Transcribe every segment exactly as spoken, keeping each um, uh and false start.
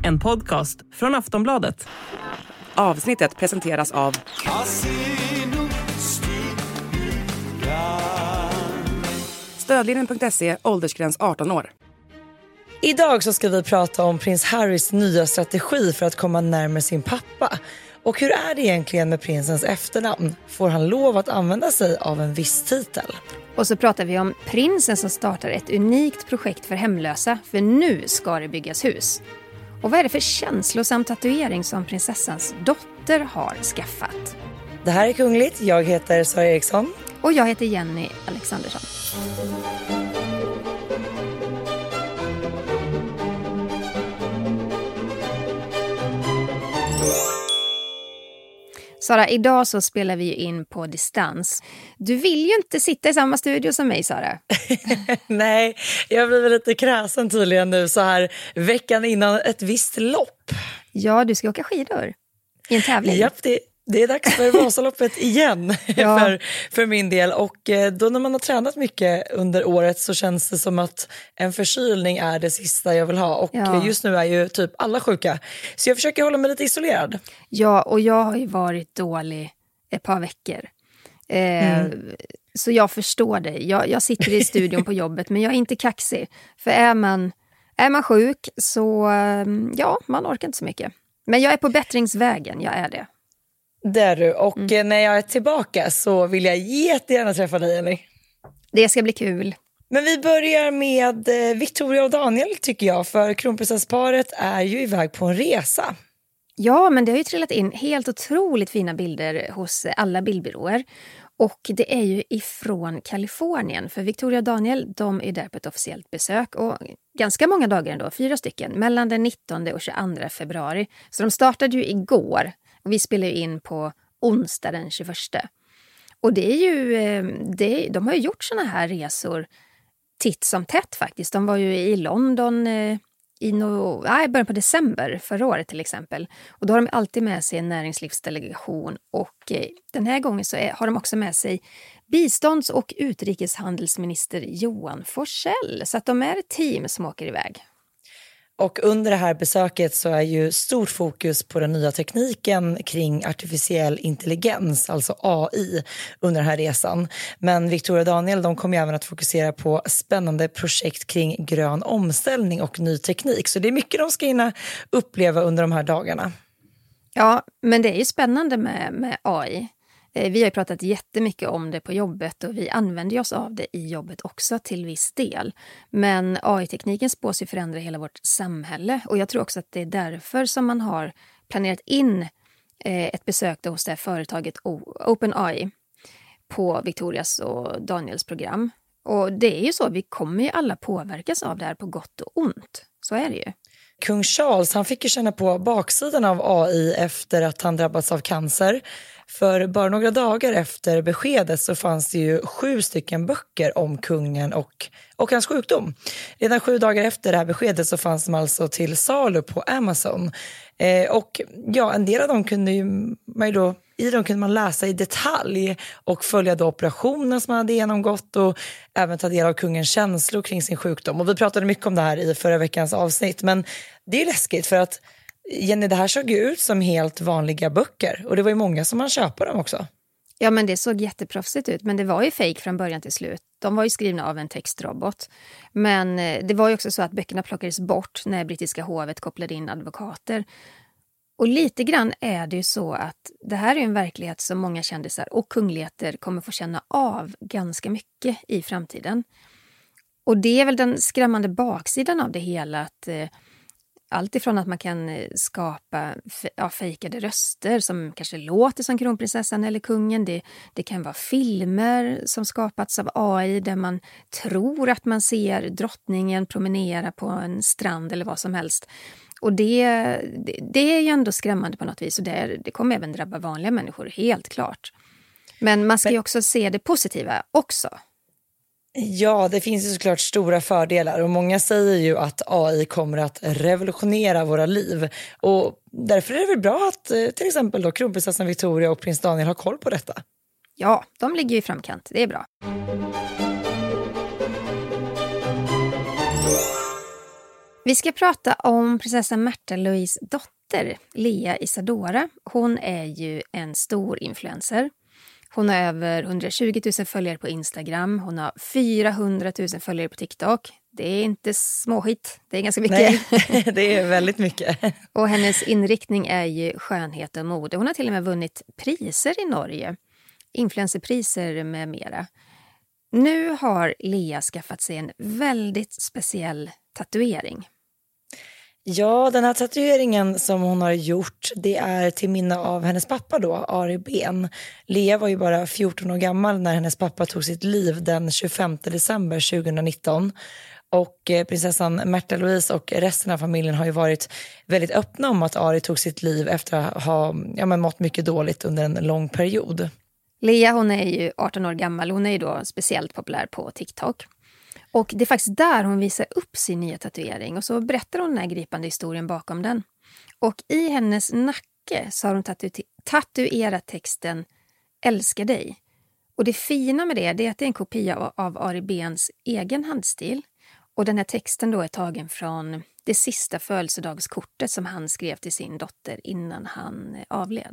En podcast från Aftonbladet. Avsnittet presenteras av Stödlinjen punkt se, åldersgräns arton år. Idag så ska vi prata om prins Harrys nya strategi för att komma närmare sin pappa. Och hur är det egentligen med prinsens efternamn? Får han lov att använda sig av en viss titel? Och så pratar vi om prinsen som startar ett unikt projekt för hemlösa, för nu ska det byggas hus. Och vad är det för känslosam tatuering som prinsessans dotter har skaffat? Det här är Kungligt, jag heter Sara Eriksson. Och jag heter Jenny Alexandersson. Sara, idag så spelar vi ju in på distans. Du vill ju inte sitta i samma studio som mig, Sara. Nej, jag blir väl lite kräsen tydligen nu så här veckan innan ett visst lopp. Ja, du ska åka skidor i en tävling. Japp, det, det är dags för Vasaloppet igen ja. för, för min del. Och då när man har tränat mycket under året så känns det som att en förkylning är det sista jag vill ha. Och ja. just nu är ju typ alla sjuka. Så jag försöker hålla mig lite isolerad. Ja, och jag har ju varit dålig ett par veckor. Eh, mm. Så jag förstår dig. Jag, jag sitter i studion på jobbet, men jag är inte kaxig. För är man, är man sjuk så, ja, man orkar inte så mycket. Men jag är på bättringsvägen, jag är det. Det är du. Och mm. när jag är tillbaka så vill jag jättegärna träffa dig, Jenny. Det ska bli kul. Men vi börjar med Victoria och Daniel tycker jag. För kronprinsessparet är ju iväg på en resa. Ja, men det har ju trillat in helt otroligt fina bilder hos alla bildbyråer. Och det är ju ifrån Kalifornien. För Victoria och Daniel, de är där på ett officiellt besök. Och ganska många dagar ändå, fyra stycken. Mellan den nittonde och tjugoandra februari. Så de startade ju igår. Och vi spelar ju in på onsdag den tjugoförsta. Och det är ju, det, de har ju gjort såna här resor titt som tätt faktiskt. De var ju i London i no, nej, början på december förra året till exempel. Och då har de alltid med sig en näringslivsdelegation. Och den här gången så är, har de också med sig bistånds- och utrikeshandelsminister Johan Forssell. Så att de är ett team som åker iväg. Och under det här besöket så är ju stort fokus på den nya tekniken kring artificiell intelligens, alltså A I, under den här resan. Men Victoria och Daniel, de kommer även att fokusera på spännande projekt kring grön omställning och ny teknik. Så det är mycket de ska hinna uppleva under de här dagarna. Ja, men det är ju spännande med, med A I. Vi har ju pratat jättemycket om det på jobbet och vi använder oss av det i jobbet också till viss del. Men A I-tekniken spås ju förändra hela vårt samhälle och jag tror också att det är därför som man har planerat in ett besök hos det här företaget OpenAI på Victorias och Daniels program. Och det är ju så, vi kommer ju alla påverkas av det här på gott och ont. Så är det ju. Kung Charles, han fick ju känna på baksidan av A I efter att han drabbats av cancer. För bara några dagar efter beskedet så fanns det ju sju stycken böcker om kungen och, och hans sjukdom. Redan sju dagar efter det här beskedet så fanns de alltså till salu på Amazon. Eh, och ja, en del av dem kunde ju, man ju då, i dem kunde man läsa i detalj och följa då operationen som man hade genomgått och även ta del av kungens känslor kring sin sjukdom. Och vi pratade mycket om det här i förra veckans avsnitt, men det är läskigt för att Jenny, det här såg ju ut som helt vanliga böcker och det var ju många som man köper dem också. Ja, men det såg jätteproffsigt ut, men det var ju fake från början till slut. De var ju skrivna av en textrobot. Men det var ju också så att böckerna plockades bort när brittiska hovet kopplade in advokater. Och lite grann är det ju så att det här är en verklighet som många kändisar och kungligheter kommer få känna av ganska mycket i framtiden. Och det är väl den skrämmande baksidan av det hela att eh, allt ifrån att man kan skapa ja, fejkade röster som kanske låter som kronprinsessan eller kungen. Det, det kan vara filmer som skapats av A I där man tror att man ser drottningen promenera på en strand eller vad som helst. Och det, det, det är ju ändå skrämmande på något vis och det, det kommer även drabba vanliga människor, helt klart. Men man ska ju också se det positiva också. Ja, det finns ju såklart stora fördelar och många säger ju att A I kommer att revolutionera våra liv. Och därför är det väl bra att till exempel då kronprinsessan Victoria och prins Daniel har koll på detta. Ja, de ligger ju i framkant. Det är bra. Vi ska prata om prinsessan Märtha Louise dotter, Lea Isadora. Hon är ju en stor influencer. Hon har över hundratjugo tusen följare på Instagram. Hon har fyrahundra tusen följare på TikTok. Det är inte småskit, det är ganska mycket. Nej, det är väldigt mycket. Och hennes inriktning är ju skönhet och mode. Hon har till och med vunnit priser i Norge. Influencerpriser med mera. Nu har Lea skaffat sig en väldigt speciell tatuering. Ja, den här tatueringen som hon har gjort, det är till minne av hennes pappa då, Ari Behn. Lea var ju bara fjorton år gammal när hennes pappa tog sitt liv den tjugofemte december tjugonitton. Och eh, prinsessan Märtha Louise och resten av familjen har ju varit väldigt öppna om att Ari tog sitt liv efter att ha ja, men mått mycket dåligt under en lång period. Lea, hon är ju arton år gammal. Hon är ju då speciellt populär på TikTok. Och det är faktiskt där hon visar upp sin nya tatuering. Och så berättar hon den här gripande historien bakom den. Och i hennes nacke så har hon tatu- tatuerat texten "Älskar dig". Och det fina med det, det är att det är en kopia av, av Ari Behns egen handstil. Och den här texten då är tagen från det sista födelsedagskortet som han skrev till sin dotter innan han avled.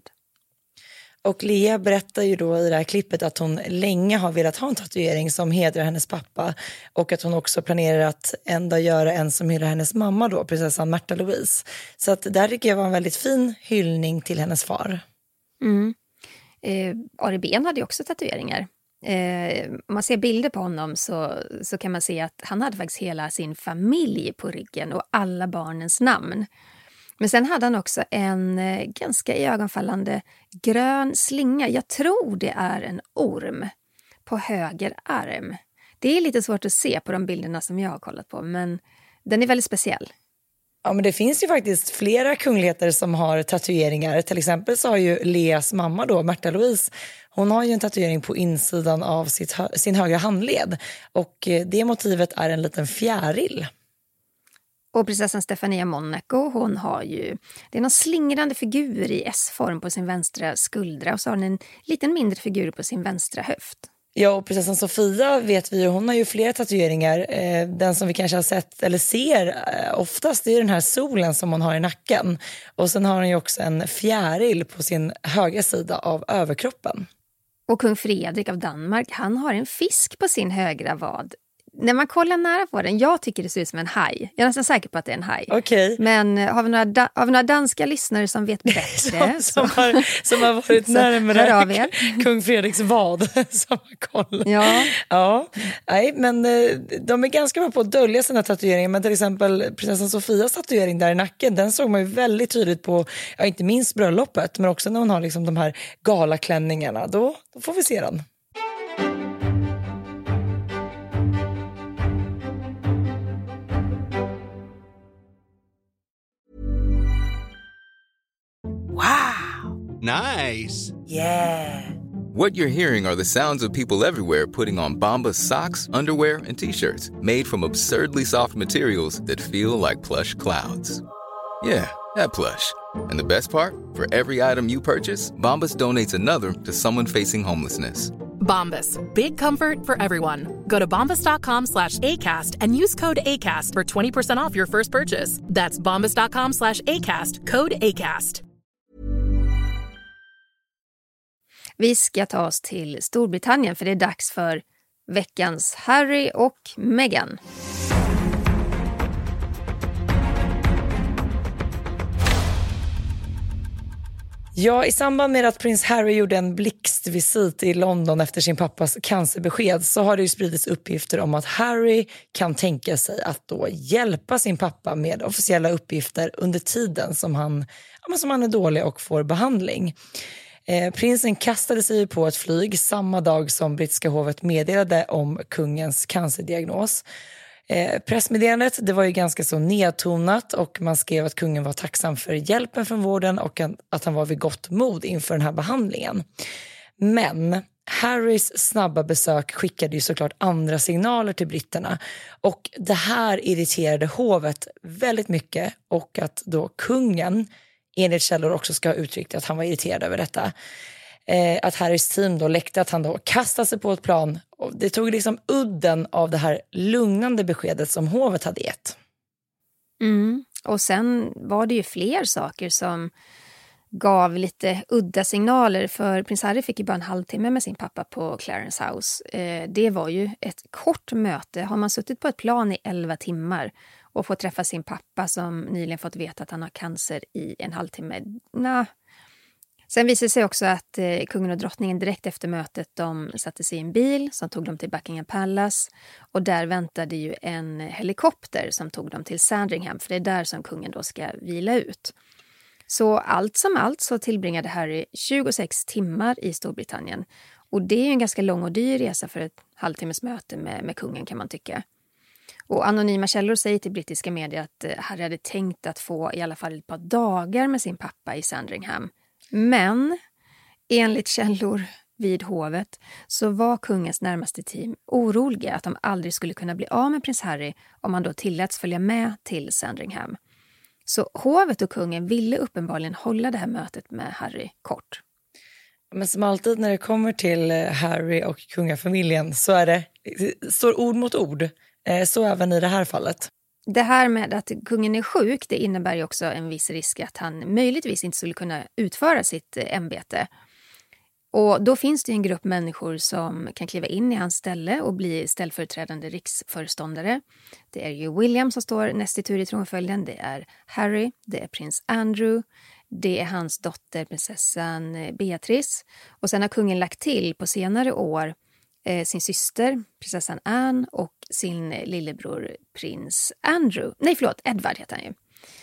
Och Lea berättar ju då i det här klippet att hon länge har velat ha en tatuering som hedrar hennes pappa. Och att hon också planerar att ända göra en som hedrar hennes mamma då, prinsessan Märtha Louise. Så att där tycker jag var en väldigt fin hyllning till hennes far. Mm. Eh, Ari Behn hade ju också tatueringar. Eh, om man ser bilder på honom så, så kan man se att han hade faktiskt hela sin familj på ryggen och alla barnens namn. Men sen hade han också en eh, ganska iögonfallande grön slinga. Jag tror det är en orm på höger arm. Det är lite svårt att se på de bilderna som jag har kollat på, men den är väldigt speciell. Ja, men det finns ju faktiskt flera kungligheter som har tatueringar. Till exempel så har ju Leas mamma då, Märtha Louise, hon har ju en tatuering på insidan av sitt, sin högra handled. Och det motivet är en liten fjäril. Och prinsessan Stefania Monaco, hon har ju, det är någon slingrande figur i S-form på sin vänstra skuldra. Och så har hon en liten mindre figur på sin vänstra höft. Ja, och prinsessan Sofia vet vi ju, hon har ju flera tatueringar. Eh, den som vi kanske har sett eller ser eh, oftast är den här solen som hon har i nacken. Och sen har hon ju också en fjäril på sin högra sida av överkroppen. Och kung Fredrik av Danmark, han har en fisk på sin högra vad. När man kollar nära på den, jag tycker det ser ut som en haj. Jag är nästan säker på att det är en haj. Okay. Men har vi några, da- har vi några danska lyssnare som vet bättre? som, som, har, som har varit närmare kung Fredriks vad som har koll. Ja. Ja. Nej, men de är ganska bra på att dölja sina tatueringar. Men till exempel prinsessan Sofias tatuering där i nacken, den såg man ju väldigt tydligt på, ja, inte minst bröllopet, men också när hon har liksom de här galaklänningarna. Då, då får vi se den. Wow. Nice. Yeah. What you're hearing are the sounds of people everywhere putting on Bombas socks, underwear, and T-shirts made from absurdly soft materials that feel like plush clouds. Yeah, that plush. And the best part? For every item you purchase, Bombas donates another to someone facing homelessness. Bombas, big comfort for everyone. Go to bombas.com slash ACAST and use code ACAST for twenty percent off your first purchase. That's bombas.com slash ACAST, code ACAST. Vi ska ta oss till Storbritannien för det är dags för veckans Harry och Meghan. Ja, i samband med att prins Harry gjorde en blixtvisit i London efter sin pappas cancerbesked så har det ju spridits uppgifter om att Harry kan tänka sig att då hjälpa sin pappa med officiella uppgifter under tiden som han, ja, som han är dålig och får behandling. Eh, prinsen kastade sig på ett flyg samma dag som brittiska hovet meddelade om kungens cancerdiagnos. Eh, pressmeddelandet, det var ju ganska så nedtonat och man skrev att kungen var tacksam för hjälpen från vården och att han var vid gott mod inför den här behandlingen. Men Harrys snabba besök skickade ju såklart andra signaler till britterna och det här irriterade hovet väldigt mycket och att då kungen enligt källor också ska ha uttryckt att han var irriterad över detta. Eh, att Harrys team då läckte att han då kastade sig på ett plan. Och det tog liksom udden av det här lugnande beskedet som hovet hade gett. Mm. Och sen var det ju fler saker som gav lite udda signaler, för prins Harry fick ju bara en halvtimme med sin pappa på Clarence House. Eh, det var ju ett kort möte. Har man suttit på ett plan i elva timmar och fått träffa sin pappa som nyligen fått veta att han har cancer i en halvtimme? Nah. Sen visade det sig också att eh, kungen och drottningen direkt efter mötet de satte sig i en bil som tog dem till Buckingham Palace, och där väntade ju en helikopter som tog dem till Sandringham, för det är där som kungen då ska vila ut. Så allt som allt så tillbringade Harry tjugosex timmar i Storbritannien, och det är ju en ganska lång och dyr resa för ett halvtimmes möte med, med kungen, kan man tycka. Och anonyma källor säger till brittiska medier att Harry hade tänkt att få i alla fall ett par dagar med sin pappa i Sandringham. Men enligt källor vid hovet så var kungens närmaste team oroliga att de aldrig skulle kunna bli av med prins Harry om han då tilläts följa med till Sandringham. Så hovet och kungen ville uppenbarligen hålla det här mötet med Harry kort. Men som alltid när det kommer till Harry och kungafamiljen så är det, står ord mot ord. Så även i det här fallet. Det här med att kungen är sjuk, det innebär ju också en viss risk att han möjligtvis inte skulle kunna utföra sitt ämbete. Och då finns det en grupp människor som kan kliva in i hans ställe och bli ställföreträdande riksföreståndare. Det är ju William som står näst i tur i tronföljden, det är Harry, det är prins Andrew, det är hans dotter prinsessan Beatrice. Och sen har kungen lagt till på senare år eh, sin syster, prinsessan Anne, och sin lillebror prins Andrew. Nej, förlåt, Edward heter han ju.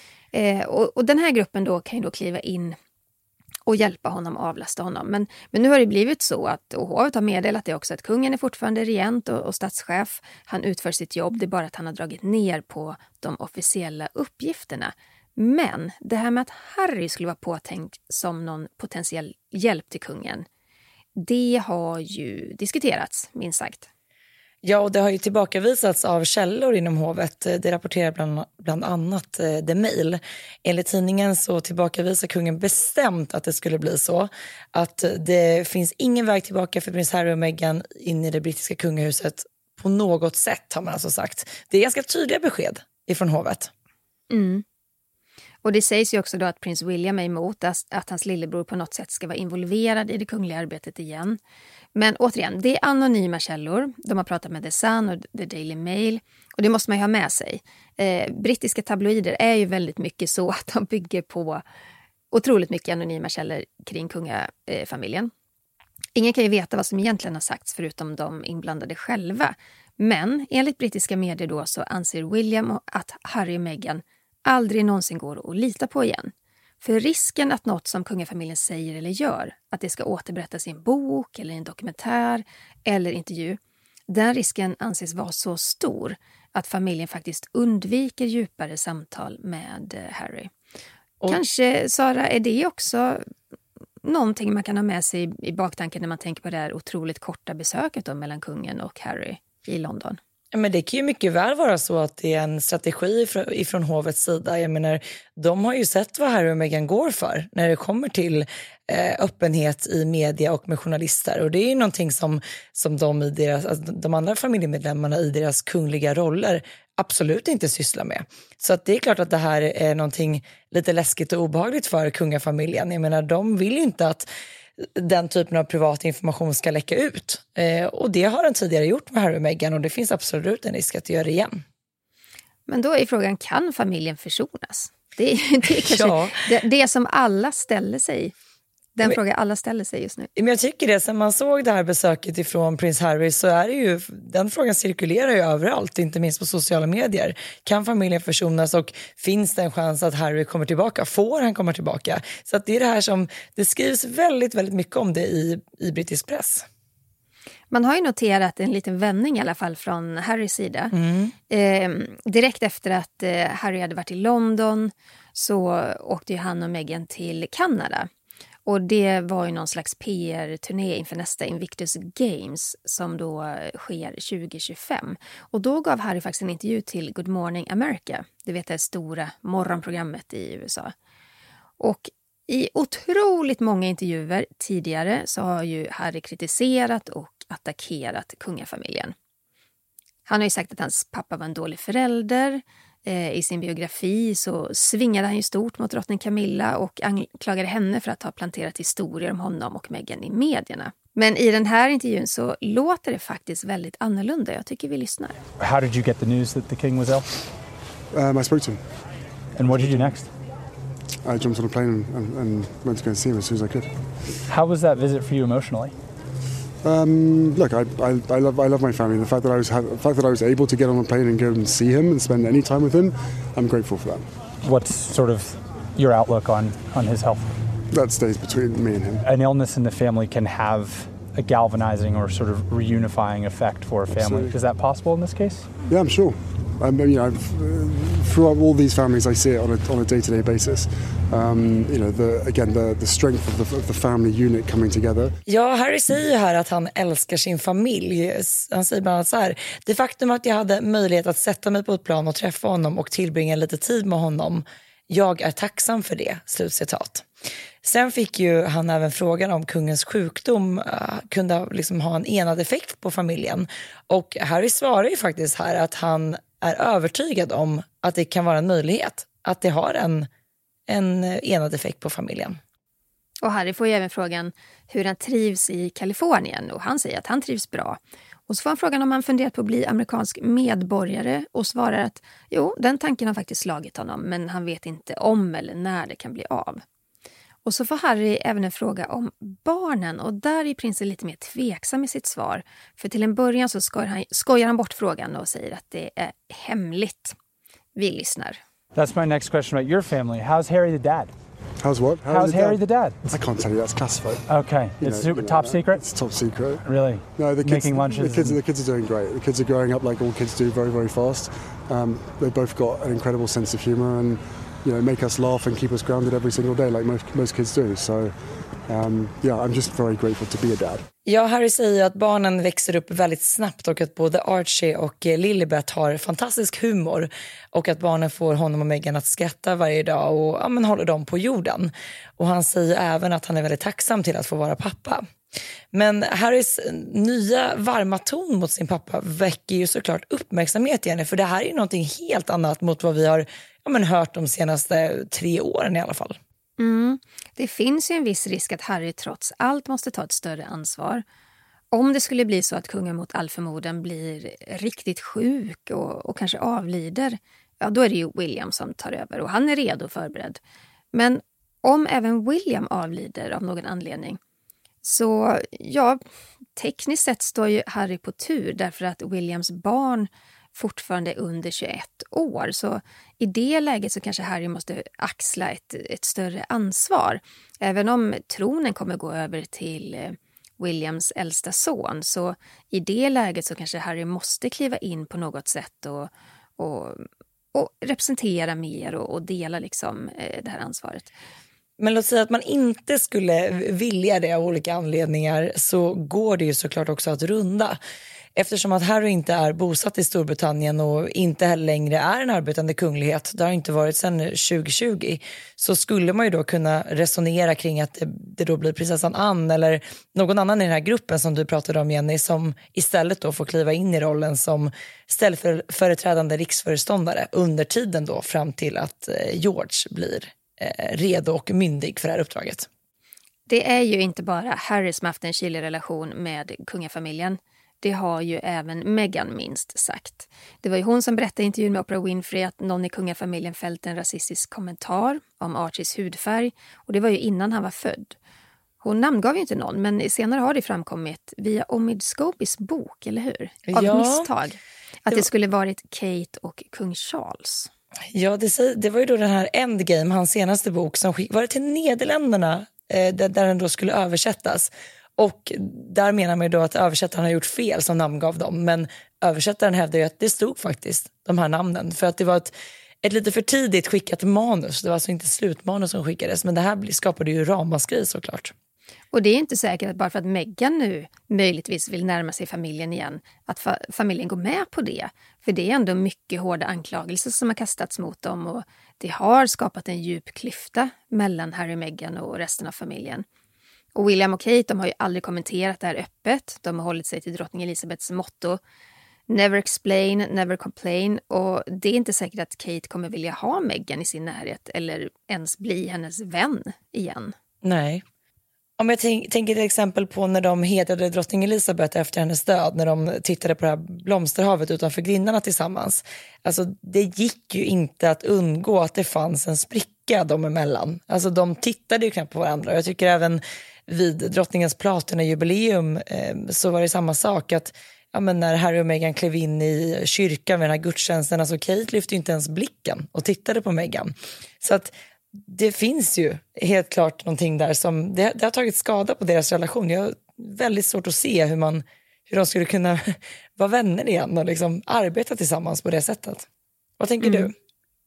Eh, och, och den här gruppen då kan ju då kliva in och hjälpa honom, avlasta honom. Men, men nu har det blivit så att, och hovet har meddelat det också, att kungen är fortfarande regent och, och statschef. Han utför sitt jobb, det är bara att han har dragit ner på de officiella uppgifterna. Men det här med att Harry skulle vara påtänkt som någon potentiell hjälp till kungen, det har ju diskuterats, minst sagt. Ja, och det har ju tillbakavisats av källor inom hovet. Det rapporterar bland, bland annat eh, The Mail. Enligt tidningen så tillbakavisar kungen bestämt att det skulle bli så. Att det finns ingen väg tillbaka för prins Harry och Meghan in i det brittiska kungahuset på något sätt, har man alltså sagt. Det är ganska tydliga besked ifrån hovet. Mm. Och det sägs ju också då att prins William är emot att, att hans lillebror på något sätt ska vara involverad i det kungliga arbetet igen. Men återigen, det är anonyma källor. De har pratat med The Sun och The Daily Mail. Och det måste man ju ha med sig. Eh, brittiska tabloider är ju väldigt mycket så att de bygger på otroligt mycket anonyma källor kring kungafamiljen. Ingen kan ju veta vad som egentligen har sagts förutom de inblandade själva. Men enligt brittiska medier då så anser William att Harry och Meghan aldrig någonsin går att lita på igen. För risken att något som kungafamiljen säger eller gör, att det ska återberättas i en bok eller en dokumentär eller intervju, den risken anses vara så stor att familjen faktiskt undviker djupare samtal med Harry. Och kanske, Sara, är det också någonting man kan ha med sig i baktanken när man tänker på det här otroligt korta besöket då mellan kungen och Harry i London? Men det kan ju mycket väl vara så att det är en strategi ifrån, ifrån hovets sida. Jag menar, de har ju sett vad Harry och Meghan går för när det kommer till eh, öppenhet i media och med journalister. Och det är ju någonting som, som de, i deras, alltså de andra familjemedlemmarna i deras kungliga roller absolut inte sysslar med. Så att det är klart att det här är någonting lite läskigt och obehagligt för kungafamiljen. Jag menar, de vill ju inte att den typen av privat information ska läcka ut. Eh, och det har den tidigare gjort med Harry och Meghan, och det finns absolut en risk att det gör det igen. Men då är frågan, kan familjen försonas? Det är, det är kanske ja. det, det som alla ställer sig. Den men, frågan alla ställer sig just nu. Men jag tycker det, sen man såg det här besöket ifrån prins Harry så är det ju, den frågan cirkulerar ju överallt, inte minst på sociala medier. Kan familjen försonas och finns det en chans att Harry kommer tillbaka? Får han komma tillbaka? Så att det är det här som, det skrivs väldigt, väldigt mycket om det i, i brittisk press. Man har ju noterat en liten vändning i alla fall från Harrys sida. Mm. Eh, direkt efter att eh, Harry hade varit i London så åkte ju han och Meghan till Kanada. Och det var ju någon slags P R-turné inför nästa Invictus Games som då sker tjugo tjugofem. Och då gav Harry faktiskt en intervju till Good Morning America. Det vet jag, stora morgonprogrammet i U S A. Och i otroligt många intervjuer tidigare så har ju Harry kritiserat och attackerat kungafamiljen. Han har ju sagt att hans pappa var en dålig förälder. Eh, I sin biografi så svingade han ju stort mot drottning Camilla och anklagade henne för att ha planterat historier om honom och Meghan i medierna. Men i den här intervjun så låter det faktiskt väldigt annorlunda. Jag tycker vi lyssnar. How did you get the news that the king was ill? Um, I spoke to him. And what did you do next? I jumped on a plane and, and went to go and see him as soon as I could. How was that visit for you emotionally? Um, look, I, I, I love I love my family. The fact that I was ha- the fact that I was able to get on a plane and go and see him and spend any time with him, I'm grateful for that. What's sort of your outlook on, on his health? That stays between me and him. An illness in the family can have a galvanizing or sort of reunifying effect for a family. Absolutely. Is that possible in this case? Yeah, I'm sure. I mean, you know, I've, uh, throughout all these families, I see it on a on a day-to-day basis. Um, you know, the again the the strength of the, of the family unit coming together. Ja, Harry säger ju här att han älskar sin familj. Han säger bland annat så här: det faktum att jag hade möjlighet att sätta mig på ett plan och träffa honom och tillbringa lite tid med honom, jag är tacksam för det. Slutcitat. Sen fick ju han även frågan om kungens sjukdom uh, kunde liksom ha en enad effekt på familjen. Och Harry svarar ju faktiskt här att han är övertygad om att det kan vara en möjlighet. Att det har en, en enad effekt på familjen. Och Harry får ju även frågan hur han trivs i Kalifornien. Och han säger att han trivs bra. Och så får han frågan om han funderat på att bli amerikansk medborgare. Och svarar att jo, den tanken har faktiskt slagit honom. Men han vet inte om eller när det kan bli av. Och så får Harry även en fråga om barnen, och där är prinsen lite mer tveksam i sitt svar. För till en början så skojar han, skojar han bort frågan och säger att det är hemligt. Vi lyssnar. That's my next question about your family. How's Harry the dad? How's what? How's, How's Harry dad? the dad? I can't tell you. That's classified. Okay, You it's know, super you top know, secret. It's top secret. Really? No, the kids. Making lunches. The kids, and... the kids are doing great. The kids are growing up like all kids do, very, very fast. Um, they've both got an incredible sense of humour and, you know, make us laugh and keep us grounded every single day, like most most kids do. So, um, yeah, I'm just very grateful to be a dad. Ja, Harry säger att barnen växer upp väldigt snabbt och att både Archie och Lilibet har fantastisk humor och att barnen får honom och Meghan att skratta varje dag och ja, men håller dem på jorden. Och han säger även att han är väldigt tacksam till att få vara pappa. Men Harrys nya varma ton mot sin pappa väcker ju såklart uppmärksamhet igen, för det här är ju någonting helt annat mot vad vi har ja, men hört de senaste tre åren i alla fall. Mm. Det finns ju en viss risk att Harry trots allt måste ta ett större ansvar. Om det skulle bli så att kungen mot all förmodan blir riktigt sjuk och, och kanske avlider, ja då är det ju William som tar över och han är redo och förberedd. Men om även William avlider av någon anledning, så ja, tekniskt sett står ju Harry på tur därför att Williams barn fortfarande är under tjugoett år. Så i det läget så kanske Harry måste axla ett, ett större ansvar. Även om tronen kommer gå över till Williams äldsta son, så i det läget så kanske Harry måste kliva in på något sätt och, och, och representera mer och, och dela liksom det här ansvaret. Men låt säga att man inte skulle vilja det av olika anledningar, så går det ju såklart också att runda. Eftersom att Harry inte är bosatt i Storbritannien och inte heller längre är en arbetande kunglighet, det har inte varit sedan tjugo tjugo, så skulle man ju då kunna resonera kring att det, det då blir prinsessan Anne eller någon annan i den här gruppen som du pratade om, Jenny, som istället då får kliva in i rollen som ställföreträdande riksföreståndare under tiden då fram till att George blir eh, redo och myndig för det här uppdraget. Det är ju inte bara Harry som haft en kylig relation med kungafamiljen. Det har ju även Meghan minst sagt. Det var ju hon som berättade i intervjun med Oprah Winfrey att någon i kungafamiljen fällt en rasistisk kommentar om Archies hudfärg. Och det var ju innan han var född. Hon namngav ju inte någon, men senare har det framkommit via Omid Scobys bok, eller hur? Av ja, misstag. Att det, det skulle varit Kate och kung Charles. Ja, det, det var ju då den här Endgame, hans senaste bok, som skick, var det till Nederländerna eh, där, där den då skulle översättas. Och där menar man ju då att översättaren har gjort fel som namngav dem. Men översättaren hävdar ju att det stod faktiskt de här namnen. För att det var ett, ett lite för tidigt skickat manus. Det var alltså inte slutmanus som skickades. Men det här skapade ju ramaskri såklart. Och det är inte säkert att bara för att Meghan nu möjligtvis vill närma sig familjen igen, att fa- familjen går med på det. För det är ändå mycket hårda anklagelser som har kastats mot dem. Och det har skapat en djup klyfta mellan Harry och Meghan och resten av familjen. Och William och Kate, de har ju aldrig kommenterat det här öppet. De har hållit sig till drottning Elizabeths motto Never explain, never complain. Och det är inte säkert att Kate kommer vilja ha Meghan i sin närhet eller ens bli hennes vän igen. Nej. Om jag tänk, tänker till exempel på när de hedrade drottning Elizabeth efter hennes död, när de tittade på det här blomsterhavet utanför grindarna tillsammans. Alltså det gick ju inte att undgå att det fanns en spricka dem emellan. Alltså de tittade ju knappt på varandra. Jag tycker även vid drottningens platina-jubileum eh, så var det samma sak, att ja, men när Harry och Meghan klev in i kyrkan med den här gudstjänsten, alltså Kate lyfte ju inte ens blicken och tittade på Meghan. Så att det finns ju helt klart någonting där som det, det har tagit skada på deras relation. Jag har väldigt svårt att se hur, man, hur de skulle kunna vara vänner igen och liksom arbeta tillsammans på det sättet. Vad tänker mm. du?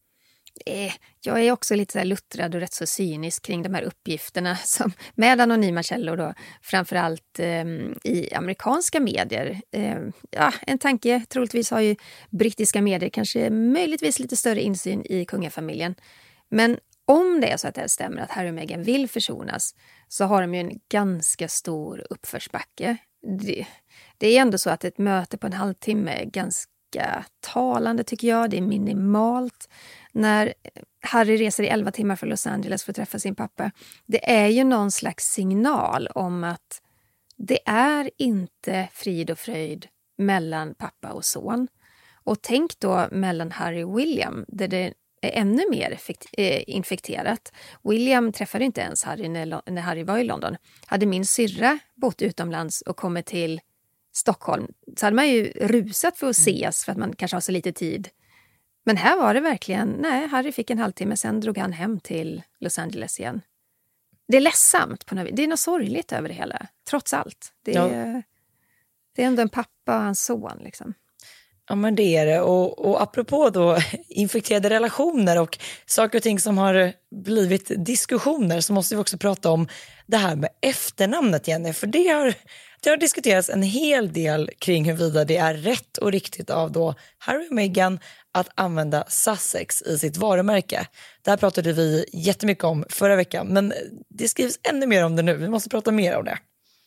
Eh, jag är också lite så här luttrad och rätt så cynisk kring de här uppgifterna som, med anonyma källor då, framförallt eh, i amerikanska medier. Eh, ja, en tanke, troligtvis har ju brittiska medier kanske möjligtvis lite större insyn i kungafamiljen. Men om det är så att det stämmer att Harry och Meghan vill försonas, så har de ju en ganska stor uppförsbacke. Det, det är ändå så att ett möte på en halvtimme är ganska talande, tycker jag. Det är minimalt. När Harry reser i elva timmar från Los Angeles för att träffa sin pappa, det är ju någon slags signal om att det är inte frid och fröjd mellan pappa och son. Och tänk då mellan Harry och William, där det är ännu mer infekterat. William träffade inte ens Harry när, när Harry var i London. Hade min syrra bott utomlands och kommit till Stockholm, så hade man ju rusat för att ses för att man kanske har så lite tid. Men här var det verkligen, nej, Harry fick en halvtimme, sen drog han hem till Los Angeles igen. Det är ledsamt på något vis. Det är något sorgligt över det hela, trots allt. Det är, ja. det är ändå en pappa och hans son liksom. Ja, men det är det. Och, och apropå då infekterade relationer och saker och ting som har blivit diskussioner, så måste vi också prata om det här med efternamnet, Jenny. För det har, det har diskuterats en hel del kring huruvida det är rätt och riktigt av då Harry och Meghan att använda Sussex i sitt varumärke. Det här pratade vi jättemycket om förra veckan, men det skrivs ännu mer om det nu. Vi måste prata mer om det.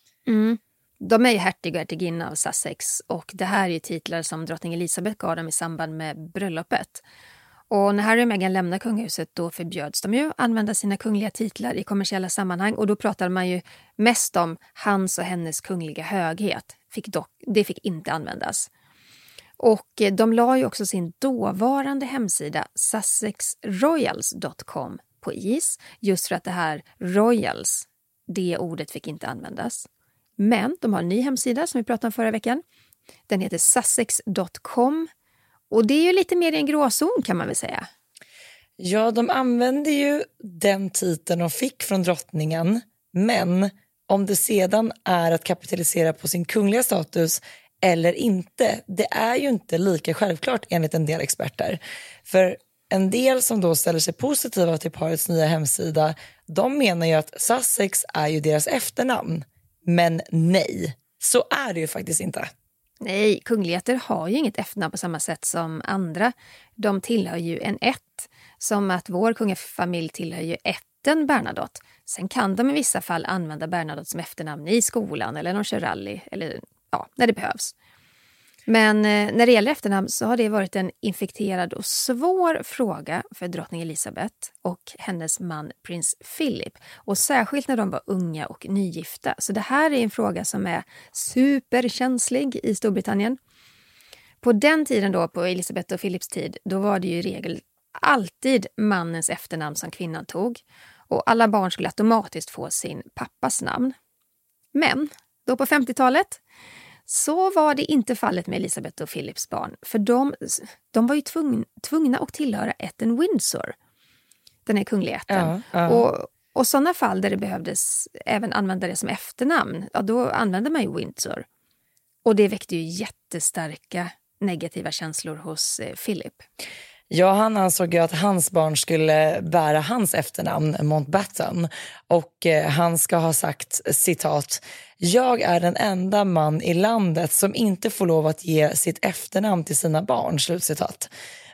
Mm. De är ju hertig och hertiginna av Sussex, och det här är ju titlar som drottning Elizabeth gav dem i samband med bröllopet. Och när Harry och Meghan lämnade kungahuset, då förbjöds de ju använda sina kungliga titlar i kommersiella sammanhang, och då pratade man ju mest om hans och hennes kungliga höghet. Fick dock, det fick inte användas. Och de la ju också sin dåvarande hemsida sussex royals dot com på is, just för att det här royals, det ordet fick inte användas. Men de har en ny hemsida som vi pratade om förra veckan. Den heter sussex dot com. Och det är ju lite mer i en gråzon, kan man väl säga. Ja, de använde ju den titeln de fick från drottningen. Men om det sedan är att kapitalisera på sin kungliga status eller inte, det är ju inte lika självklart enligt en del experter. För en del som då ställer sig positiva till parets nya hemsida, de menar ju att Sussex är ju deras efternamn. Men nej, så är det ju faktiskt inte. Nej, kungligheter har ju inget efternamn på samma sätt som andra. De tillhör ju en ett, som att vår kungafamilj tillhör ju ätten Bernadotte. Sen kan de i vissa fall använda Bernadotte som efternamn i skolan eller när de kör rally, eller ja, när det behövs. Men eh, när det gäller efternamn så har det varit en infekterad och svår fråga för drottning Elizabeth och hennes man prins Philip. Och särskilt när de var unga och nygifta. Så det här är en fråga som är superkänslig i Storbritannien. På den tiden då, på Elizabeth och Philips tid, då var det ju i regel alltid mannens efternamn som kvinnan tog. Och alla barn skulle automatiskt få sin pappas namn. Men då på femtiotalet så var det inte fallet med Elizabeth och Philips barn. För de, de var ju tvungna, tvungna att tillhöra ätten Windsor. Den här kungligheten. Ja, ja. Och, och sådana fall där det behövdes även använda det som efternamn, ja, då använde man ju Windsor. Och det väckte ju jättestarka negativa känslor hos eh, Philip. Ja, han ansåg ju att hans barn skulle bära hans efternamn, Mountbatten. Och eh, han ska ha sagt, citat, jag är den enda man i landet som inte får lov att ge sitt efternamn till sina barn, slutcitat.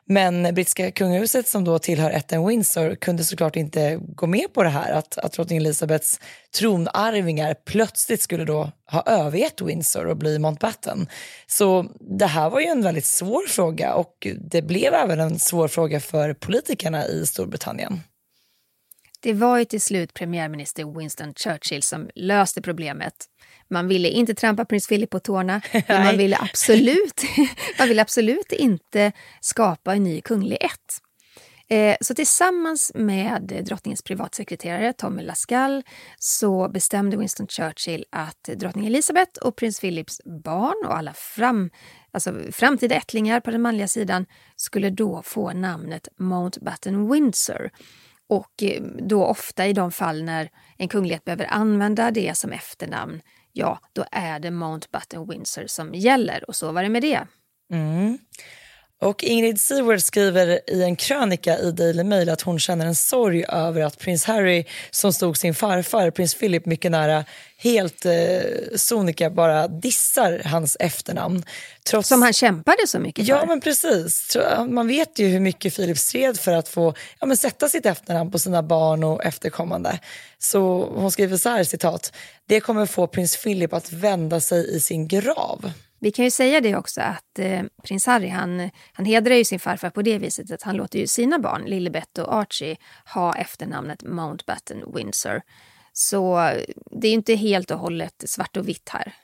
Men brittiska kungahuset som då tillhör ätten Windsor kunde såklart inte gå med på det här, att, att drottning Elizabeths tronarvingar plötsligt skulle då ha övergett Windsor och bli Mountbatten. Så det här var ju en väldigt svår fråga, och det blev även en svår fråga för politikerna i Storbritannien. Det var ju till slut premiärminister Winston Churchill som löste problemet. Man ville inte trampa prins Philip på tårna, men man ville absolut, man ville absolut inte skapa en ny kunglig ett. Eh, så tillsammans med drottningens privatsekreterare Tommy Lascelles så bestämde Winston Churchill att drottning Elizabeth och prins Philips barn och alla fram, alltså framtida ättlingar på den manliga sidan skulle då få namnet Mountbatten Windsor. Och då ofta i de fall när en kunglighet behöver använda det som efternamn, ja, då är det Mountbatten Windsor som gäller. Och så var det med det. Mm. Och Ingrid Seward skriver i en krönika i Daily Mail att hon känner en sorg över att prins Harry, som stod sin farfar, prins Philip, mycket nära, helt eh, sonika bara dissar hans efternamn. Trots... Som han kämpade så mycket för. Ja, men precis. Man vet ju hur mycket Philip stred för att få ja, men sätta sitt efternamn på sina barn och efterkommande. Så hon skriver så här, citat: det kommer få prins Philip att vända sig i sin grav. Vi kan ju säga det också att eh, prins Harry, han, han hedrar ju sin farfar på det viset att han låter ju sina barn, Lilibet och Archie, ha efternamnet Mountbatten Windsor. Så det är ju inte helt och hållet svart och vitt här.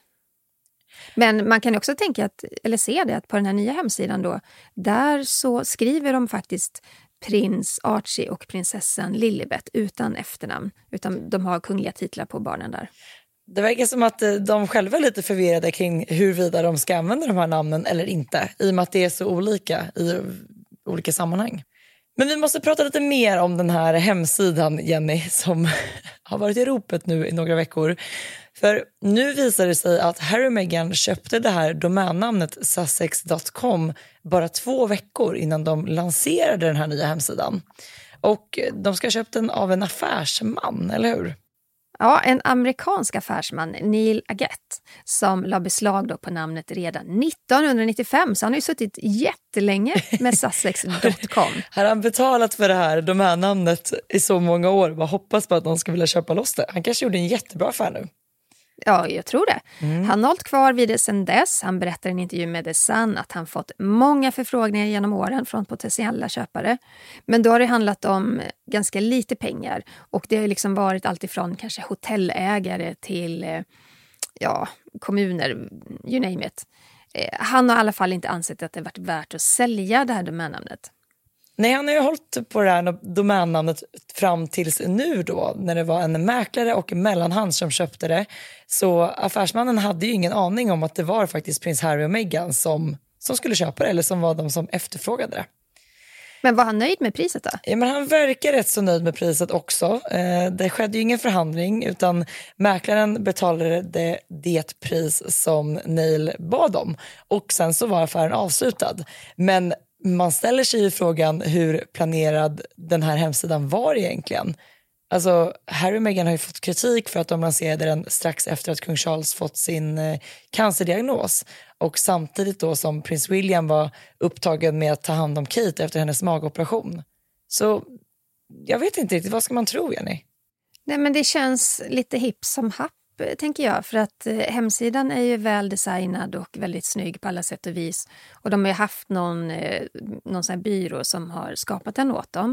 Men man kan också tänka att, eller se det, att på den här nya hemsidan då, där så skriver de faktiskt prins Archie och prinsessan Lilibet utan efternamn, utan de har kungliga titlar på barnen där. Det verkar som att de själva är lite förvirrade kring huruvida de ska använda de här namnen eller inte, i och med att det är så olika i olika sammanhang. Men vi måste prata lite mer om den här hemsidan, Jenny, som har varit i ropet nu i några veckor. För nu visar det sig att Harry och Meghan köpte det här domännamnet sussex punkt com bara två veckor innan de lanserade den här nya hemsidan. Och de ska ha köpt den av en affärsman, eller hur? Ja, en amerikansk affärsman, Neil Aggett, som la beslag då på namnet redan nittonhundranittiofem, så han har ju suttit jättelänge med sussex punkt com. Har han betalat för det här domännamnet i så många år? Bara hoppas på att de ska vilja köpa loss det. Han kanske gjorde en jättebra affär nu. Ja, jag tror det. Mm. Han har hållit kvar vid det sedan dess. Han berättar i en intervju med The Sun att han fått många förfrågningar genom åren från potentiella köpare. Men då har det handlat om ganska lite pengar. Och det har liksom varit allt ifrån kanske hotellägare till ja, kommuner, you name it. Han har i alla fall inte ansett att det varit värt att sälja det här domännamnet. Nej, han har ju hållit på det här domännamnet fram tills nu då, när det var en mäklare och mellanhand som köpte det. Så affärsmannen hade ju ingen aning om att det var faktiskt prins Harry och Meghan som, som skulle köpa det, eller som var de som efterfrågade det. Men var han nöjd med priset då? Ja, men han verkar rätt så nöjd med priset också. Eh, det skedde ju ingen förhandling, utan mäklaren betalade det, det pris som Neil bad om. Och sen så var affären avslutad. Men man ställer sig i frågan hur planerad den här hemsidan var egentligen. Alltså, Harry och Meghan har ju fått kritik för att de lanserade den strax efter att kung Charles fått sin eh, cancerdiagnos. Och samtidigt då som prins William var upptagen med att ta hand om Kate efter hennes magoperation. Så jag vet inte riktigt, vad ska man tro, Jenny? Nej, men det känns lite hipp som happ, tänker jag. För att eh, hemsidan är ju väl designad och väldigt snygg på alla sätt och vis. Och de har ju haft någon, eh, någon sån här byrå som har skapat den åt dem.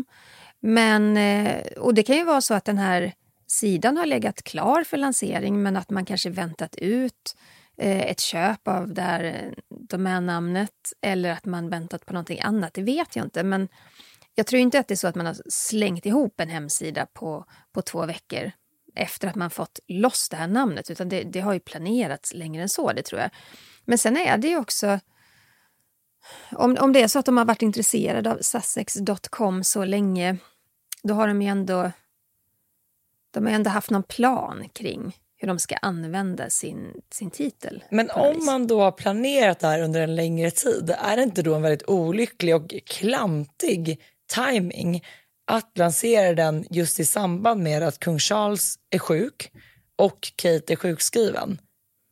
Men, eh, och det kan ju vara så att den här sidan har legat klar för lansering, men att man kanske väntat ut eh, ett köp av det här domännamnet, eller att man väntat på någonting annat, det vet jag inte. Men jag tror inte att det är så att man har slängt ihop en hemsida på, på två veckor efter att man fått loss det här namnet, utan det, det har ju planerats längre än så, det tror jag. Men sen är det ju också, om, om det är så att de har varit intresserade av sussex punkt com så länge, då har de ju ändå, de har ändå haft någon plan kring hur de ska använda sin, sin titel. Men om man då har planerat det här under en längre tid, är det inte då en väldigt olycklig och klantig timing att lansera den just i samband med att kung Charles är sjuk och Kate är sjukskriven?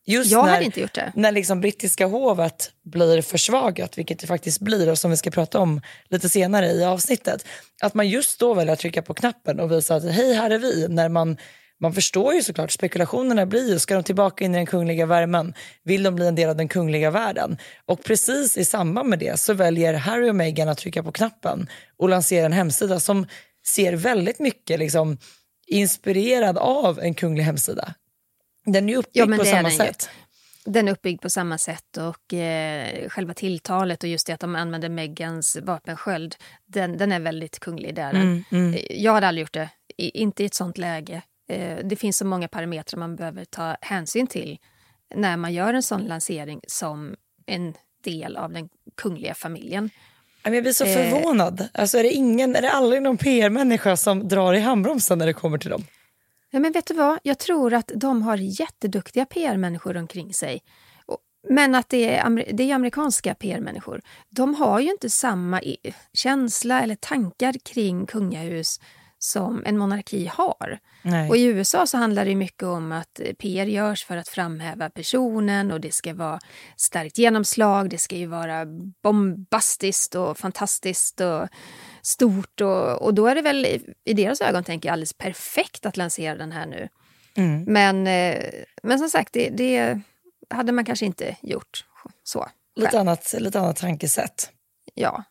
Just jag när, hade inte gjort det. När liksom brittiska hovet blir försvagat, vilket det faktiskt blir och som vi ska prata om lite senare i avsnittet. Att man just då väljer att trycka på knappen och visa att hej, här är vi. När man, man förstår ju såklart, spekulationerna blir ju, ska de tillbaka in i den kungliga värmen? Vill de bli en del av den kungliga världen? Och precis i samband med det så väljer Harry och Meghan att trycka på knappen och lansera en hemsida som ser väldigt mycket liksom inspirerad av en kunglig hemsida. Den är uppbyggd ja, på samma sätt. Ju. Den är uppbyggd på samma sätt och eh, själva tilltalet och just det att de använder Meghans vapensköld, den, den är väldigt kunglig där. Mm, mm. Jag hade aldrig gjort det, I, inte i ett sånt läge. Eh, det finns så många parametrar man behöver ta hänsyn till när man gör en sån lansering som en del av den kungliga familjen. Jag blir så förvånad. Alltså är det ingen, är det aldrig någon P R-människa som drar i handbromsen när det kommer till dem? Ja, men vet du vad? Jag tror att de har jätteduktiga P R-människor omkring sig. Men att det är, det är amerikanska P R-människor. De har ju inte samma känsla eller tankar kring kungahus som en monarki har. Nej. Och i U S A så handlar det mycket om att P R görs för att framhäva personen och det ska vara starkt genomslag, det ska ju vara bombastiskt och fantastiskt och stort och, och då är det väl i deras ögon tänker jag alldeles perfekt att lansera den här nu. Mm. Men, men som sagt, det, det hade man kanske inte gjort så. Lite annat, lite annat tankesätt. Ja.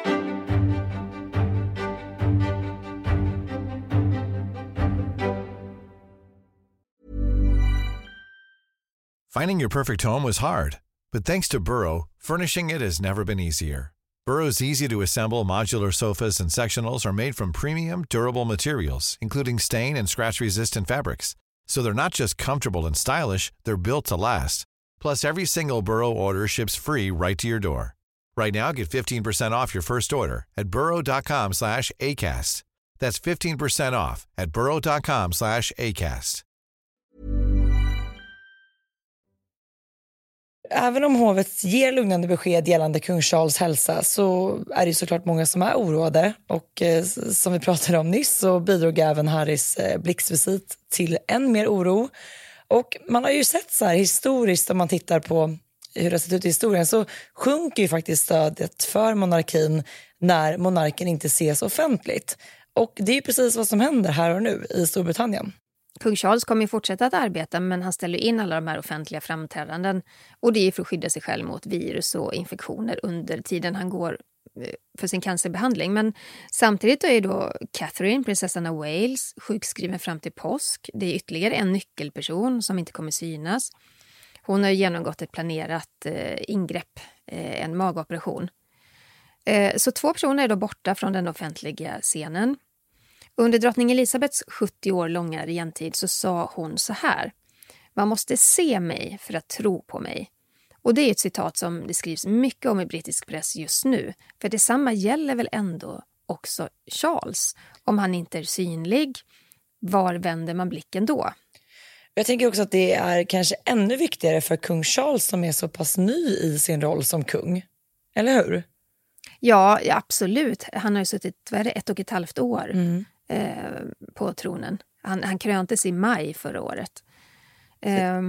Finding your perfect home was hard, but thanks to Burrow, furnishing it has never been easier. Burrow's easy-to-assemble modular sofas and sectionals are made from premium, durable materials, including stain and scratch-resistant fabrics. So they're not just comfortable and stylish, they're built to last. Plus, every single Burrow order ships free right to your door. Right now, get fifteen percent off your first order at burrow.com slash ACAST. That's fifteen percent off at burrow.com slash ACAST. Även om hovet ger lugnande besked gällande kung Charles hälsa så är det såklart många som är oroade. Och eh, som vi pratade om nyss så bidrog även Harrys eh, blixtvisit till än mer oro. Och man har ju sett så här historiskt, om man tittar på hur det har sett ut i historien, så sjunker ju faktiskt stödet för monarkin när monarken inte ses offentligt. Och det är ju precis vad som händer här och nu i Storbritannien. Kung Charles kommer ju fortsätta att arbeta, men han ställer in alla de här offentliga framträdanden. Och det är för att skydda sig själv mot virus och infektioner under tiden han går för sin cancerbehandling. Men samtidigt är då Catherine, prinsessan av Wales, sjukskriven fram till påsk. Det är ytterligare en nyckelperson som inte kommer synas. Hon har genomgått ett planerat eh, ingrepp, eh, en magoperation. Eh, så två personer är då borta från den offentliga scenen. Under drottning Elisabeths sjuttio år långa regentid så sa hon så här: man måste se mig för att tro på mig. Och det är ett citat som det skrivs mycket om i brittisk press just nu. För detsamma gäller väl ändå också Charles. Om han inte är synlig, var vänder man blicken då? Jag tänker också att det är kanske ännu viktigare för kung Charles som är så pass ny i sin roll som kung. Eller hur? Ja, absolut. Han har ju suttit vad är det, ett och ett halvt år mm. eh, på tronen. Han, han kröntes i maj förra året. Eh,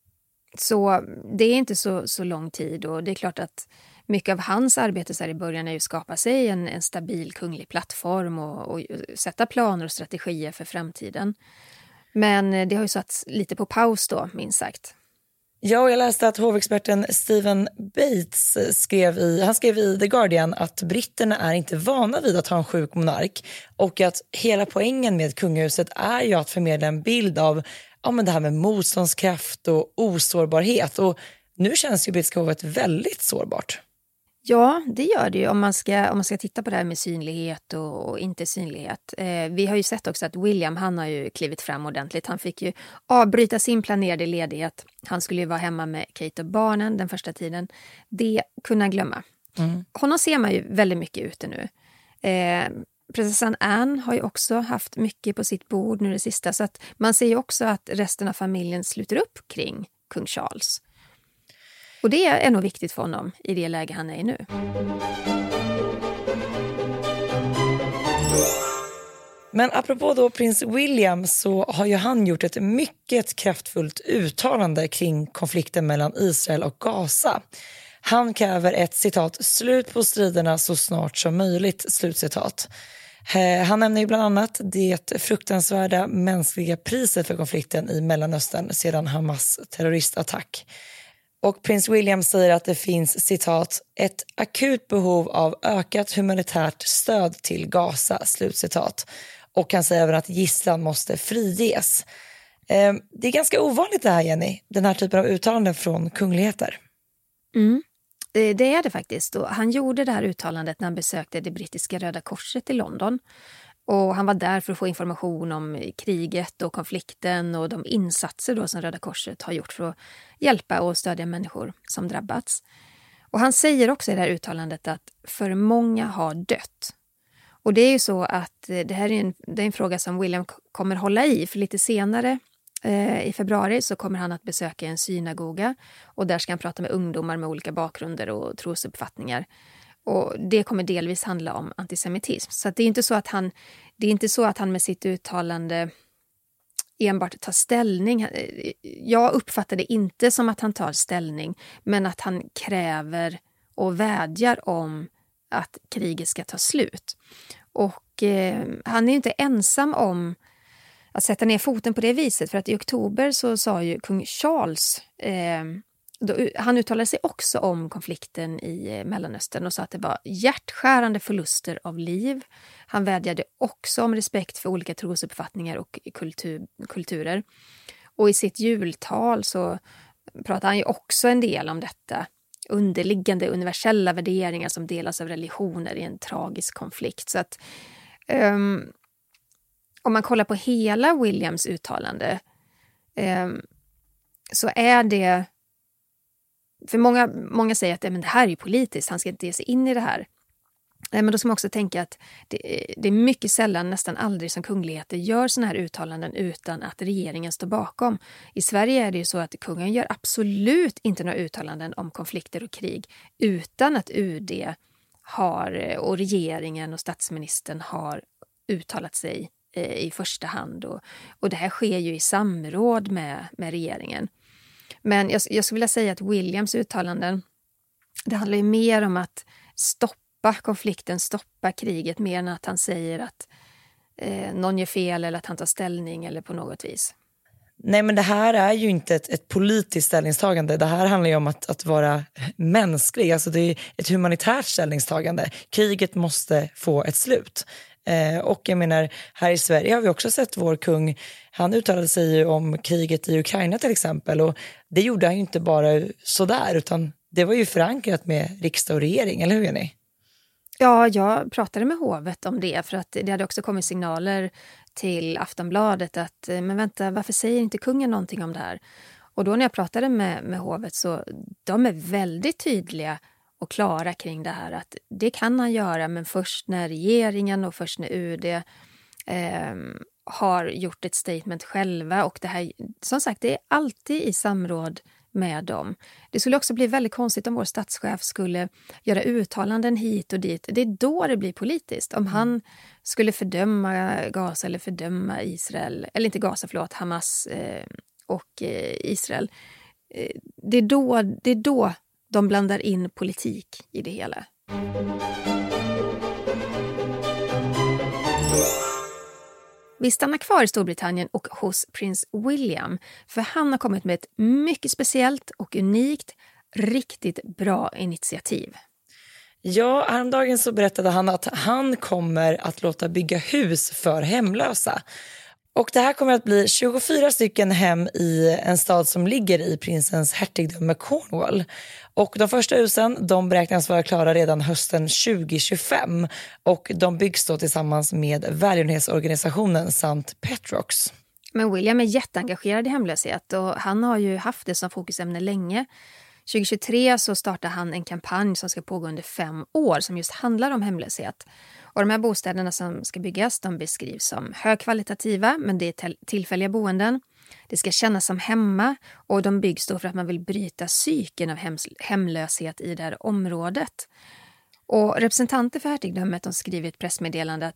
så det är inte så, så lång tid och det är klart att mycket av hans arbete så här i början är ju att skapa sig en, en stabil kunglig plattform och, och sätta planer och strategier för framtiden. Men det har ju satt lite på paus då, minst sagt. Ja, och jag läste att hovexperten Stephen Bates skrev i, han skrev i The Guardian att britterna är inte vana vid att ha en sjuk monark och att hela poängen med kungahuset är ju att förmedla en bild av ja, men det här med motståndskraft och osårbarhet. Och nu känns ju brittiska hovet väldigt sårbart. Ja, det gör det ju om man ska, om man ska titta på det här med synlighet och, och inte synlighet. Eh, vi har ju sett också att William, han har ju klivit fram ordentligt. Han fick ju avbryta sin planerade ledighet. Han skulle ju vara hemma med Kate och barnen den första tiden. Det kunde han glömma. Mm. Honom ser man ju väldigt mycket ute nu. Eh, prinsessan Anne har ju också haft mycket på sitt bord nu det sista. Så att man ser ju också att resten av familjen sluter upp kring kung Charles. Och det är nog viktigt för honom i det läge han är i nu. Men apropå då prins William så har ju han gjort ett mycket kraftfullt uttalande kring konflikten mellan Israel och Gaza. Han kräver ett citat slut på striderna så snart som möjligt, slutcitat. Han nämner ju bland annat det fruktansvärda mänskliga priset för konflikten i Mellanöstern sedan Hamas terroristattack. Och prins William säger att det finns, citat, ett akut behov av ökat humanitärt stöd till Gaza, slutcitat. Och han säger även att gisslan måste friges. Det är ganska ovanligt det här, Jenny, den här typen av uttalanden från kungligheter. Mm. Det är det faktiskt. Och han gjorde det här uttalandet när han besökte det brittiska Röda korset i London. Och han var där för att få information om kriget och konflikten och de insatser då som Röda korset har gjort för att hjälpa och stödja människor som drabbats. Och han säger också i det här uttalandet att för många har dött. Och det är ju så att det här är en, det är en fråga som William kommer hålla i, för lite senare i februari så kommer han att besöka en synagoga och där ska han prata med ungdomar med olika bakgrunder och trosuppfattningar. Och det kommer delvis handla om antisemitism. Så att det är inte så att han det är inte så att han med sitt uttalande enbart tar ställning. Jag uppfattar det inte som att han tar ställning, men att han kräver och vädjar om att kriget ska ta slut. Och eh, han är ju inte ensam om att sätta ner foten på det viset, för att i oktober så sa ju kung Charles, eh, då, han uttalade sig också om konflikten i eh, Mellanöstern och sa att det var hjärtskärande förluster av liv. Han vädjade också om respekt för olika trosuppfattningar och kultur, kulturer. Och i sitt jultal så pratade han ju också en del om detta. Underliggande universella värderingar som delas av religioner i en tragisk konflikt. Så att um, om man kollar på hela Williams uttalande um, så är det, för många, många säger att men det här är ju politiskt, han ska inte ge sig in i det här. Men då ska man också tänka att det, det är mycket sällan, nästan aldrig, som kungligheter gör såna här uttalanden utan att regeringen står bakom. I Sverige är det ju så att kungen gör absolut inte några uttalanden om konflikter och krig utan att U D har, och regeringen och statsministern har uttalat sig eh, i första hand. Och, och det här sker ju i samråd med, med regeringen. Men jag, jag skulle vilja säga att Williams uttalanden, det handlar ju mer om att stoppa konflikten, stoppa kriget, mer än att han säger att eh, någon gör fel eller att han tar ställning eller på något vis. Nej, men det här är ju inte ett, ett politiskt ställningstagande. Det här handlar ju om att, att vara mänsklig. Alltså det är ett humanitärt ställningstagande. Kriget måste få ett slut. Eh, och jag menar, här i Sverige har vi också sett vår kung, han uttalade sig ju om kriget i Ukraina till exempel. Och det gjorde han ju inte bara sådär, utan det var ju förankrat med riksdag och regering, eller hur är ni? Ja, jag pratade med hovet om det, för att det hade också kommit signaler till Aftonbladet att, men vänta, varför säger inte kungen någonting om det här? Och då när jag pratade med, med hovet så de är väldigt tydliga och klara kring det här, att det kan han göra, men först när regeringen och först när U D eh, har gjort ett statement själva, och det här, som sagt, det är alltid i samråd med dem. Det skulle också bli väldigt konstigt om vår statschef skulle göra uttalanden hit och dit. Det är då det blir politiskt. Om han skulle fördöma Gaza eller fördöma Israel, eller inte Gaza, förlåt, Hamas eh, och eh, Israel. Eh, det, är då, det är då de blandar in politik i det hela. Vi stannar kvar i Storbritannien och hos prins William, för han har kommit med ett mycket speciellt och unikt, riktigt bra initiativ. Ja, häromdagen så berättade han att han kommer att låta bygga hus för hemlösa. Och det här kommer att bli tjugofyra stycken hem i en stad som ligger i prinsens hertigdöme Cornwall. Och de första husen, de beräknas vara klara redan hösten tjugo tjugofem. Och de byggs då tillsammans med välgörenhetsorganisationen Sankt Petrox. Men William är jätteengagerad i hemlöshet och han har ju haft det som fokusämne länge. tjugo tjugotre så startar han en kampanj som ska pågå under fem år som just handlar om hemlöshet. Och de här bostäderna som ska byggas, de beskrivs som högkvalitativa, men det är tillfälliga boenden. Det ska kännas som hemma, och de byggs då för att man vill bryta cykeln av hems- hemlöshet i det här området. Och representanter för hertigdömet har skrivit ett pressmeddelande att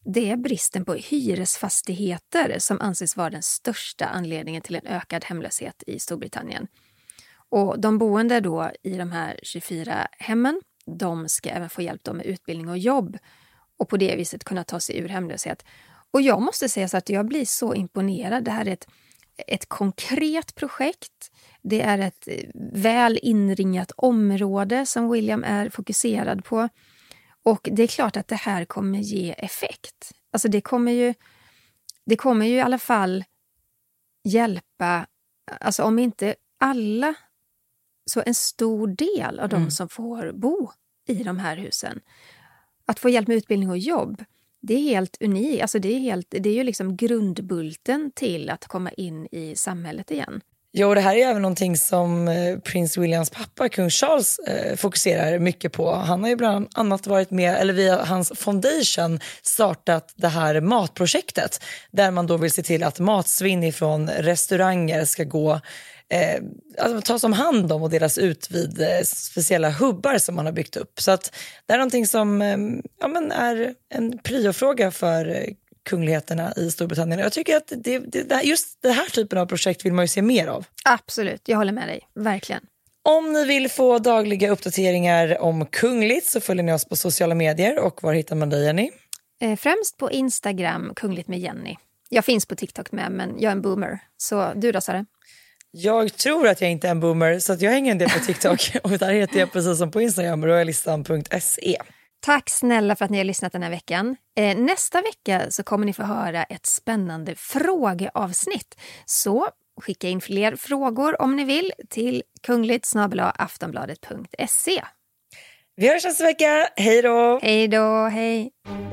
det är bristen på hyresfastigheter som anses vara den största anledningen till en ökad hemlöshet i Storbritannien. Och de boende då i de här tjugofyra hemmen, de ska även få hjälp då med utbildning och jobb och på det viset kunna ta sig ur hemlöshet. Och jag måste säga så att jag blir så imponerad. Det här är ett, ett konkret projekt. Det är ett väl inringat område som William är fokuserad på. Och det är klart att det här kommer ge effekt. Alltså det kommer ju, det kommer ju i alla fall hjälpa, alltså om inte alla, så en stor del av de mm. som får bo i de här husen. Att få hjälp med utbildning och jobb, det är helt unikt. Alltså det är, helt, det är ju liksom grundbulten till att komma in i samhället igen. Ja, och det här är även någonting som prins Williams pappa, kung Charles, eh, fokuserar mycket på. Han har ju bland annat varit med, eller via hans foundation, startat det här matprojektet. Där man då vill se till att matsvinn ifrån restauranger ska gå, eh, alltså tas om hand om och delas ut vid eh, speciella hubbar som man har byggt upp. Så att det är någonting som eh, ja, men är en priofråga för eh, kungligheterna i Storbritannien. Jag tycker att det, det, just den här typen av projekt vill man ju se mer av. Absolut, jag håller med dig. Verkligen. Om ni vill få dagliga uppdateringar om kungligt så följer ni oss på sociala medier. Och var hittar man dig, Jenny? Eh, främst på Instagram, kungligt med Jenny. Jag finns på TikTok med, men jag är en boomer. Så du då, Sara? Jag tror att jag inte är en boomer, så att jag hänger en del på TikTok. Och där heter jag precis som på Instagram, royalistan punkt se. Tack snälla för att ni har lyssnat den här veckan. Eh, nästa vecka så kommer ni få höra ett spännande frågeavsnitt. Så skicka in fler frågor om ni vill till kungligt snabel-a aftonbladet punkt se. Vi hörs nästa vecka. Hej då! Hej då, hej!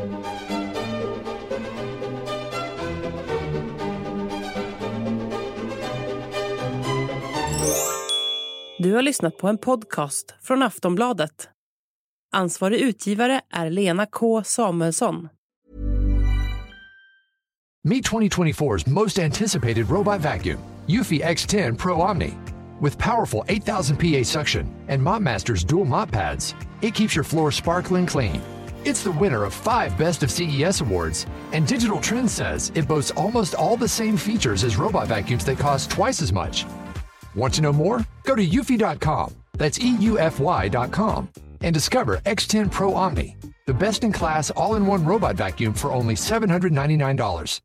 Du har lyssnat på en podcast från Aftonbladet. Ansvarig utgivare är Lena K. Samuelsson. Meet twenty twenty-four's most anticipated robot vacuum, Eufy X ten Pro Omni. With powerful eight thousand P A suction and MopMaster's dual mop pads, it keeps your floor sparkling clean. It's the winner of five Best of C E S awards, and Digital Trends says it boasts almost all the same features as robot vacuums that cost twice as much. Want to know more? Go to eufy dot com. That's E U F Y dot com. And discover X ten Pro Omni, the best-in-class all-in-one robot vacuum for only seven hundred ninety-nine dollars.